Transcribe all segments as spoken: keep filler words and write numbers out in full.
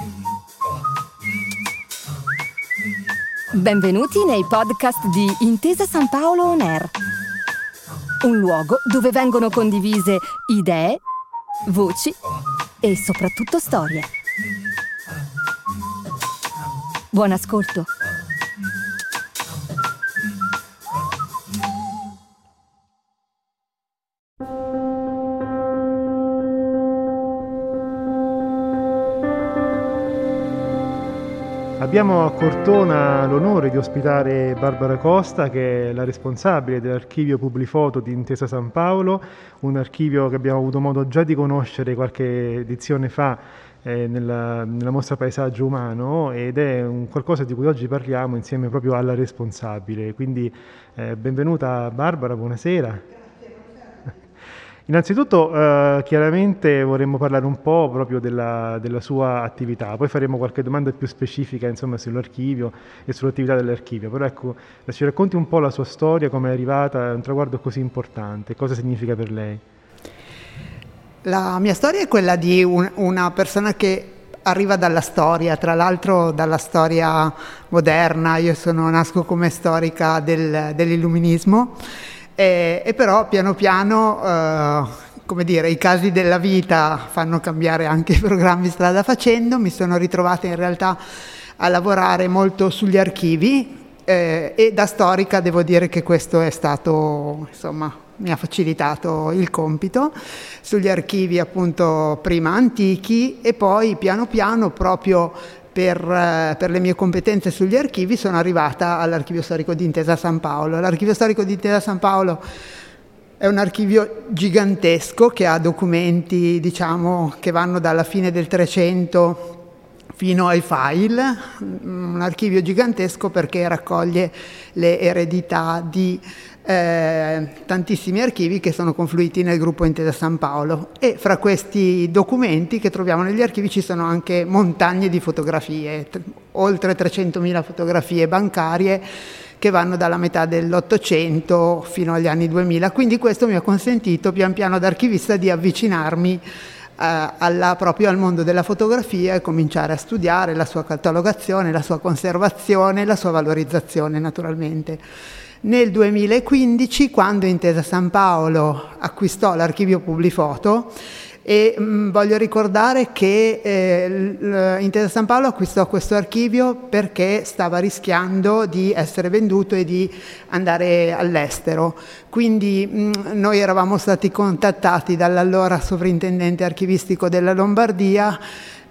Benvenuti nei podcast di Intesa San Paolo On Air, un luogo dove vengono condivise idee, voci e soprattutto storie. Buon ascolto. Abbiamo a Cortona l'onore di ospitare Barbara Costa, che è la responsabile dell'archivio Publifoto di Intesa San Paolo, un archivio che abbiamo avuto modo già di conoscere qualche edizione fa eh, nella, nella mostra Paesaggio Umano, ed è un qualcosa di cui oggi parliamo insieme proprio alla responsabile. Quindi eh, benvenuta Barbara, buonasera. Innanzitutto eh, chiaramente vorremmo parlare un po' proprio della, della sua attività, poi faremo qualche domanda più specifica insomma sull'archivio e sull'attività dell'archivio, però ecco, ci racconti un po' la sua storia, come è arrivata a un traguardo così importante, cosa significa per lei? La mia storia è quella di un, una persona che arriva dalla storia, tra l'altro dalla storia moderna. Io sono, nasco come storica del, dell'illuminismo. E, e però piano piano, eh, come dire, i casi della vita fanno cambiare anche i programmi strada facendo. Mi sono ritrovata in realtà a lavorare molto sugli archivi eh, e da storica devo dire che questo è stato, insomma, mi ha facilitato il compito, sugli archivi appunto prima antichi e poi piano piano proprio Per, per le mie competenze sugli archivi sono arrivata all'Archivio Storico di Intesa San Paolo. L'Archivio Storico di Intesa San Paolo è un archivio gigantesco che ha documenti, diciamo, che vanno dalla fine del Trecento fino ai file, un archivio gigantesco perché raccoglie le eredità di eh, tantissimi archivi che sono confluiti nel gruppo Intesa San Paolo, e fra questi documenti che troviamo negli archivi ci sono anche montagne di fotografie, t- oltre trecentomila fotografie bancarie che vanno dalla metà dell'Ottocento fino agli anni duemila, quindi questo mi ha consentito pian piano da archivista di avvicinarmi Uh, alla, proprio al mondo della fotografia e cominciare a studiare la sua catalogazione, la sua conservazione, la sua valorizzazione naturalmente. Nel duemilaquindici, quando Intesa San Paolo acquistò l'archivio Publifoto, e mh, voglio ricordare che eh, Intesa San Paolo acquistò questo archivio perché stava rischiando di essere venduto e di andare all'estero. Quindi mh, noi eravamo stati contattati dall'allora sovrintendente archivistico della Lombardia,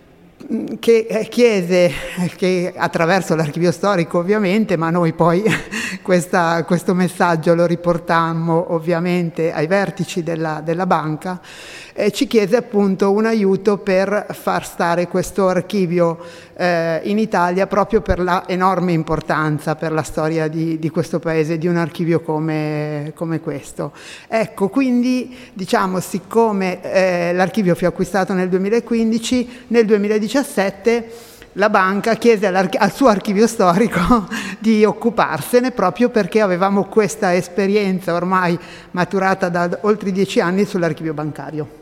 che chiese, che attraverso l'archivio storico ovviamente, ma noi poi questa, questo messaggio lo riportammo ovviamente ai vertici della, della banca, e ci chiese appunto un aiuto per far stare questo archivio eh, in Italia, proprio per la enorme importanza per la storia di, di questo paese di un archivio come, come questo. Ecco, quindi diciamo, siccome eh, l'archivio fu acquistato nel duemilaquindici, nel duemiladiciassette la banca chiese al suo archivio storico di occuparsene, proprio perché avevamo questa esperienza ormai maturata da oltre dieci anni sull'archivio bancario.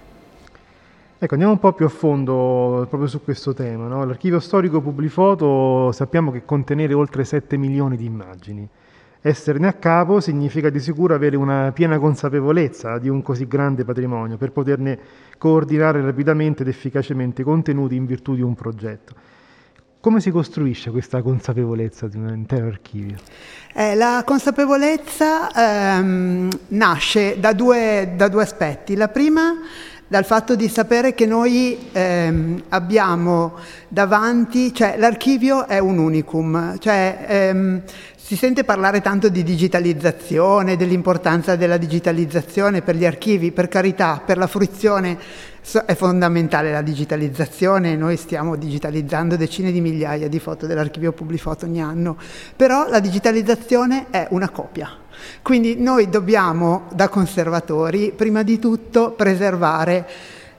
Ecco, andiamo un po' più a fondo proprio su questo tema, no? L'archivio storico Publifoto sappiamo che contenere oltre sette milioni di immagini. Esserne a capo significa di sicuro avere una piena consapevolezza di un così grande patrimonio per poterne coordinare rapidamente ed efficacemente i contenuti in virtù di un progetto. Come si costruisce questa consapevolezza di un intero archivio? Eh, la consapevolezza ehm, nasce da due, da due aspetti. La prima, dal fatto di sapere che noi ehm, abbiamo davanti, cioè l'archivio è un unicum, cioè ehm, si sente parlare tanto di digitalizzazione, dell'importanza della digitalizzazione per gli archivi, per carità, per la fruizione è fondamentale la digitalizzazione, noi stiamo digitalizzando decine di migliaia di foto dell'archivio Publifoto ogni anno, però la digitalizzazione è una copia. Quindi noi dobbiamo, da conservatori, prima di tutto preservare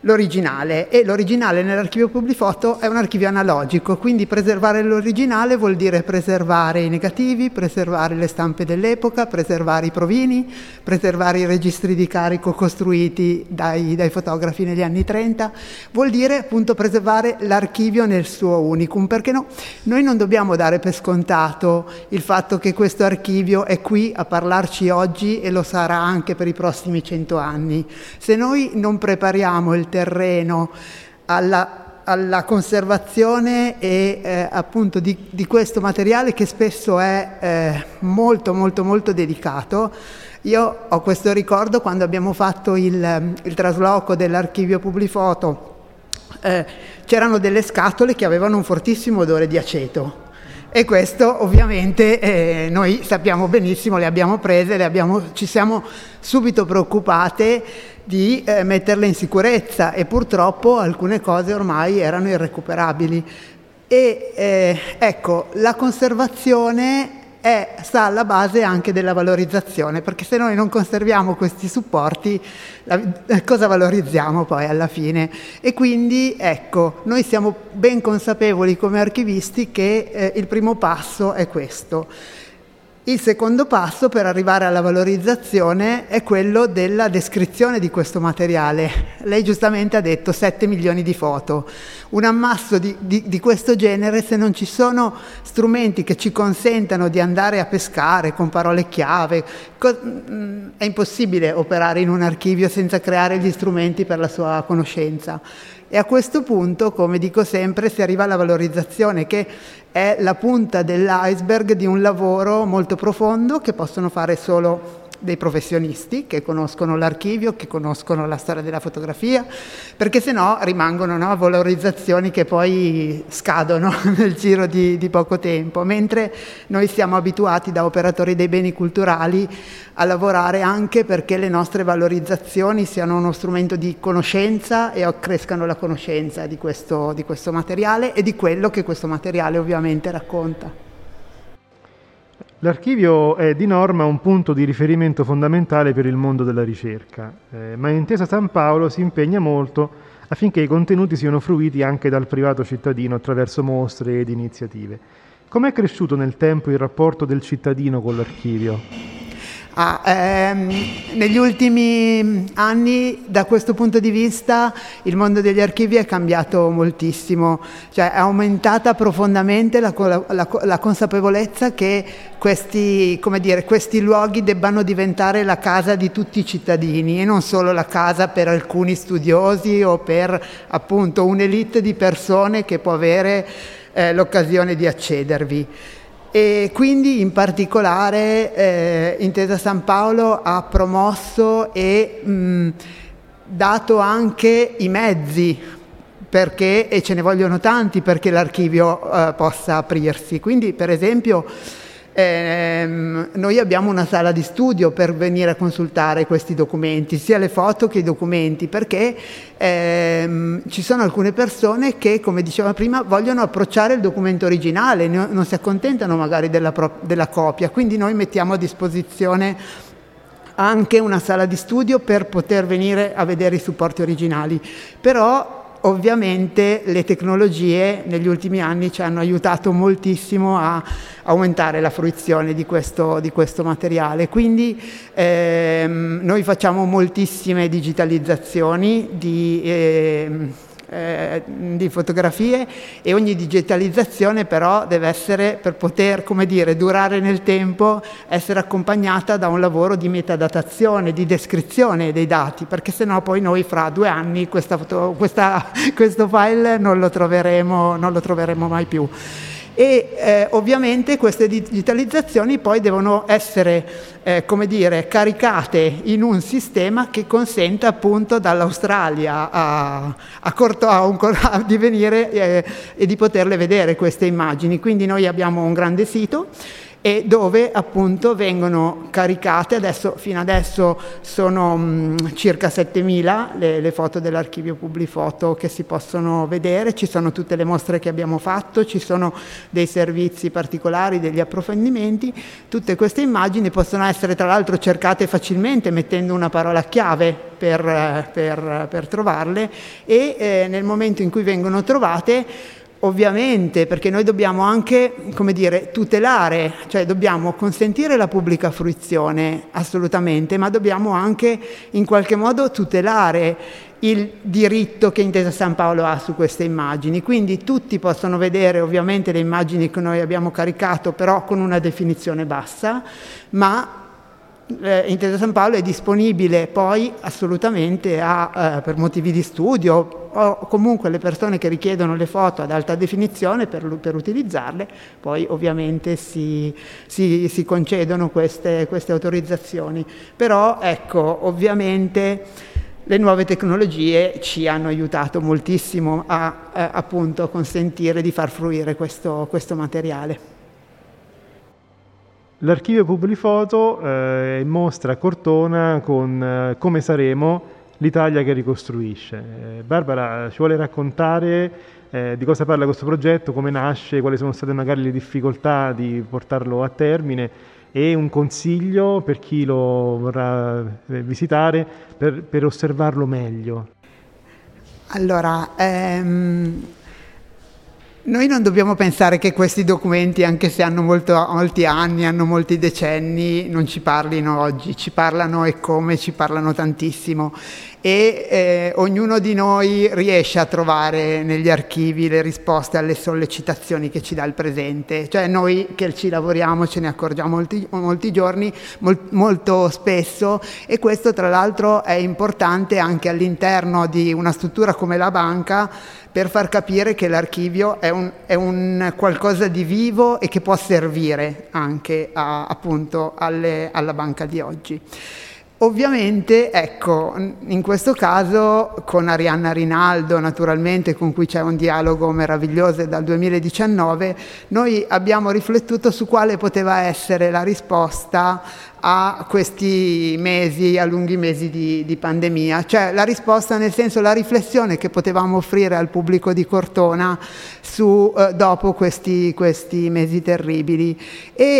l'originale, e l'originale nell'archivio Publifoto è un archivio analogico, quindi preservare l'originale vuol dire preservare i negativi, preservare le stampe dell'epoca, preservare i provini, preservare i registri di carico costruiti dai, dai fotografi negli anni trenta, vuol dire appunto preservare l'archivio nel suo unicum, perché no, noi non dobbiamo dare per scontato il fatto che questo archivio è qui a parlarci oggi e lo sarà anche per i prossimi cento anni. Se noi non prepariamo il terreno alla, alla conservazione e eh, appunto di, di questo materiale, che spesso è eh, molto molto molto dedicato. Io ho questo ricordo quando abbiamo fatto il, il trasloco dell'archivio Publifoto, eh, c'erano delle scatole che avevano un fortissimo odore di aceto. E questo ovviamente eh, noi sappiamo benissimo, le abbiamo prese, le abbiamo, ci siamo subito preoccupate di eh, metterle in sicurezza, e purtroppo alcune cose ormai erano irrecuperabili. E eh, ecco, la conservazione è, sta alla base anche della valorizzazione, perché se noi non conserviamo questi supporti, la, cosa valorizziamo poi alla fine? E quindi ecco, noi siamo ben consapevoli come archivisti che eh, il primo passo è questo. Il secondo passo per arrivare alla valorizzazione è quello della descrizione di questo materiale. Lei giustamente ha detto sette milioni di foto. Un ammasso di, di, di questo genere, se non ci sono strumenti che ci consentano di andare a pescare con parole chiave, co- è impossibile operare in un archivio senza creare gli strumenti per la sua conoscenza. E a questo punto, come dico sempre, si arriva alla valorizzazione, che è la punta dell'iceberg di un lavoro molto profondo che possono fare solo dei professionisti che conoscono l'archivio, che conoscono la storia della fotografia, perché sennò rimangono, no, valorizzazioni che poi scadono nel giro di, di poco tempo, mentre noi siamo abituati da operatori dei beni culturali a lavorare anche perché le nostre valorizzazioni siano uno strumento di conoscenza e accrescano la conoscenza di questo, di questo materiale e di quello che questo materiale ovviamente racconta. L'archivio è di norma un punto di riferimento fondamentale per il mondo della ricerca, eh, ma Intesa San Paolo si impegna molto affinché i contenuti siano fruiti anche dal privato cittadino attraverso mostre ed iniziative. Com'è cresciuto nel tempo il rapporto del cittadino con l'archivio? Ah, ehm, negli ultimi anni, da questo punto di vista, il mondo degli archivi è cambiato moltissimo, cioè è aumentata profondamente la, la, la consapevolezza che questi, come dire, questi luoghi debbano diventare la casa di tutti i cittadini e non solo la casa per alcuni studiosi o per appunto un'elite di persone che può avere eh, l'occasione di accedervi. E quindi in particolare eh, Intesa San Paolo ha promosso e mh, dato anche i mezzi perché, e ce ne vogliono tanti perché l'archivio eh, possa aprirsi. Quindi per esempio ehm, noi abbiamo una sala di studio per venire a consultare questi documenti, sia le foto che i documenti, perché ehm, ci sono alcune persone che, come diceva prima, vogliono approcciare il documento originale, non si accontentano magari della, pro- della copia, quindi noi mettiamo a disposizione anche una sala di studio per poter venire a vedere i supporti originali. Però ovviamente le tecnologie negli ultimi anni ci hanno aiutato moltissimo a aumentare la fruizione di questo, di questo materiale, quindi ehm, noi facciamo moltissime digitalizzazioni di, ehm, eh, di fotografie, e ogni digitalizzazione però deve essere, per poter, come dire, durare nel tempo, essere accompagnata da un lavoro di metadatazione, di descrizione dei dati, perché sennò poi noi fra due anni questa foto, questa, questo file non lo troveremo, non lo troveremo mai più. E eh, ovviamente queste digitalizzazioni poi devono essere eh, come dire, caricate in un sistema che consenta appunto dall'Australia a, a Courtois a, di venire eh, e di poterle vedere queste immagini. Quindi noi abbiamo un grande sito e dove appunto vengono caricate, adesso, fino adesso sono mh, circa settemila le, le foto dell'archivio Publifoto che si possono vedere, ci sono tutte le mostre che abbiamo fatto, ci sono dei servizi particolari, degli approfondimenti. Tutte queste immagini possono essere tra l'altro cercate facilmente mettendo una parola chiave per, per, per trovarle e eh, nel momento in cui vengono trovate, ovviamente, perché noi dobbiamo anche, come dire, tutelare, cioè dobbiamo consentire la pubblica fruizione assolutamente, ma dobbiamo anche in qualche modo tutelare il diritto che Intesa San Paolo ha su queste immagini. Quindi tutti possono vedere ovviamente le immagini che noi abbiamo caricato, però con una definizione bassa, ma Eh, Intesa San Paolo è disponibile poi assolutamente a, eh, per motivi di studio o comunque le persone che richiedono le foto ad alta definizione per, per utilizzarle, poi ovviamente si, si, si concedono queste, queste autorizzazioni. Però ecco, ovviamente le nuove tecnologie ci hanno aiutato moltissimo a eh, appunto consentire di far fruire questo, questo materiale. L'archivio Publifoto eh, mostra a Cortona con eh, Come saremo l'Italia che ricostruisce. Eh, Barbara, ci vuole raccontare eh, di cosa parla questo progetto, come nasce, quali sono state magari le difficoltà di portarlo a termine e un consiglio per chi lo vorrà eh, visitare per, per osservarlo meglio? Allora, ehm... noi non dobbiamo pensare che questi documenti, anche se hanno molto, molti anni, hanno molti decenni, non ci parlino oggi, ci parlano e come ci parlano tantissimo e eh, ognuno di noi riesce a trovare negli archivi le risposte alle sollecitazioni che ci dà il presente, cioè noi che ci lavoriamo ce ne accorgiamo molti, molti giorni, mol, molto spesso e questo tra l'altro è importante anche all'interno di una struttura come la banca per far capire che l'archivio è un, è un qualcosa di vivo e che può servire anche a, appunto alle, alla banca di oggi. Ovviamente, ecco, in questo caso con Arianna Rinaldo, naturalmente, con cui c'è un dialogo meraviglioso dal duemiladiciannove, noi abbiamo riflettuto su quale poteva essere la risposta a questi mesi, a lunghi mesi di, di pandemia, cioè la risposta nel senso la riflessione che potevamo offrire al pubblico di Cortona su, eh, dopo questi, questi mesi terribili e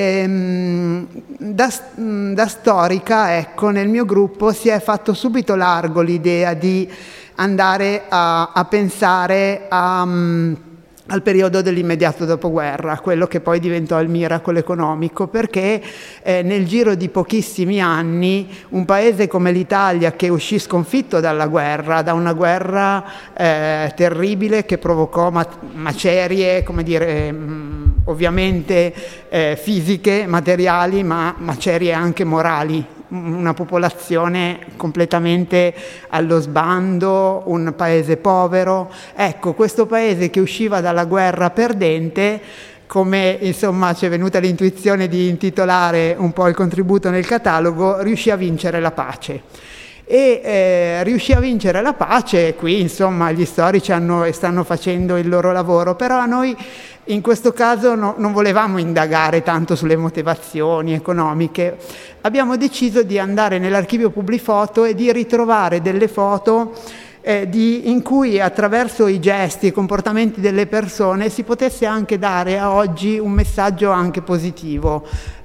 ehm, da, da storica, ecco, nel mio gruppo si è fatto subito largo l'idea di andare a, a pensare a um, al periodo dell'immediato dopoguerra, quello che poi diventò il miracolo economico, perché eh, nel giro di pochissimi anni un paese come l'Italia, che uscì sconfitto dalla guerra, da una guerra eh, terribile che provocò ma- macerie, come dire, mh, ovviamente eh, fisiche, materiali, ma macerie anche morali, una popolazione completamente allo sbando, un paese povero. Ecco, questo paese che usciva dalla guerra perdente, come insomma ci è venuta l'intuizione di intitolare un po' il contributo nel catalogo, riuscì a vincere la pace. E eh, riuscì a vincere la pace, qui insomma gli storici hanno, stanno facendo il loro lavoro, però a noi in questo caso no, non volevamo indagare tanto sulle motivazioni economiche, abbiamo deciso di andare nell'archivio Publifoto e di ritrovare delle foto eh, di, in cui attraverso i gesti e i comportamenti delle persone si potesse anche dare a oggi un messaggio anche positivo.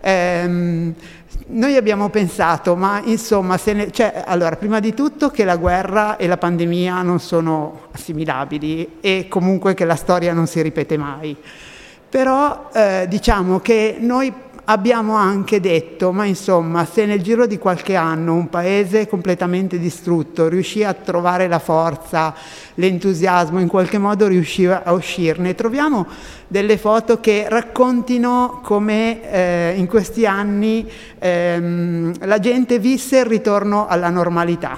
Ehm, Noi abbiamo pensato, ma insomma, se ne, cioè, allora, prima di tutto che la guerra e la pandemia non sono assimilabili e comunque che la storia non si ripete mai. Però eh, diciamo che noi abbiamo anche detto, ma insomma, se nel giro di qualche anno un paese completamente distrutto riuscì a trovare la forza, l'entusiasmo, in qualche modo riuscì a uscirne, troviamo delle foto che raccontino come eh, in questi anni ehm, la gente visse il ritorno alla normalità.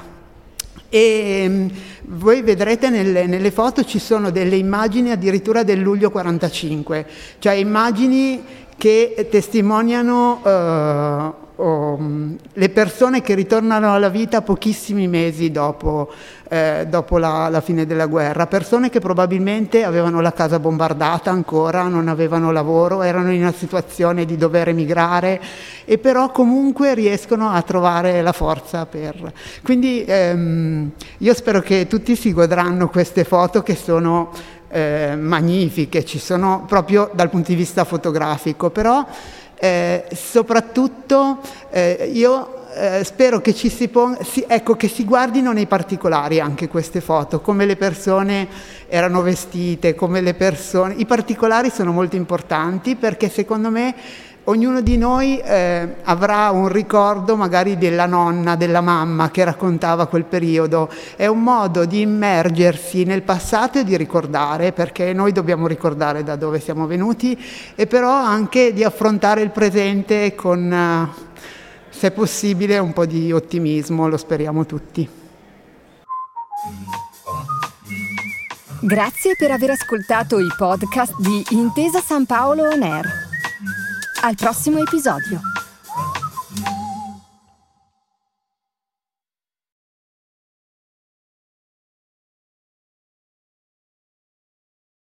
E mh, voi vedrete nelle, nelle foto ci sono delle immagini addirittura del luglio quarantacinque, cioè immagini che testimoniano eh, o mh, le persone che ritornano alla vita pochissimi mesi dopo, eh, dopo la, la fine della guerra, persone che probabilmente avevano la casa bombardata ancora, non avevano lavoro, erano in una situazione di dover emigrare e però comunque riescono a trovare la forza per... Quindi ehm, io spero che tutti si godranno queste foto che sono eh, magnifiche, ci sono proprio dal punto di vista fotografico, però eh, soprattutto eh, io eh, spero che ci si ponga, si, ecco, che si guardino nei particolari anche queste foto, come le persone erano vestite, come le persone, i particolari sono molto importanti perché secondo me ognuno di noi eh, avrà un ricordo magari della nonna, della mamma che raccontava quel periodo. È un modo di immergersi nel passato e di ricordare, perché noi dobbiamo ricordare da dove siamo venuti, e però anche di affrontare il presente con, eh, se possibile, un po' di ottimismo, lo speriamo tutti. Grazie per aver ascoltato i podcast di Intesa San Paolo On Air. Al prossimo episodio.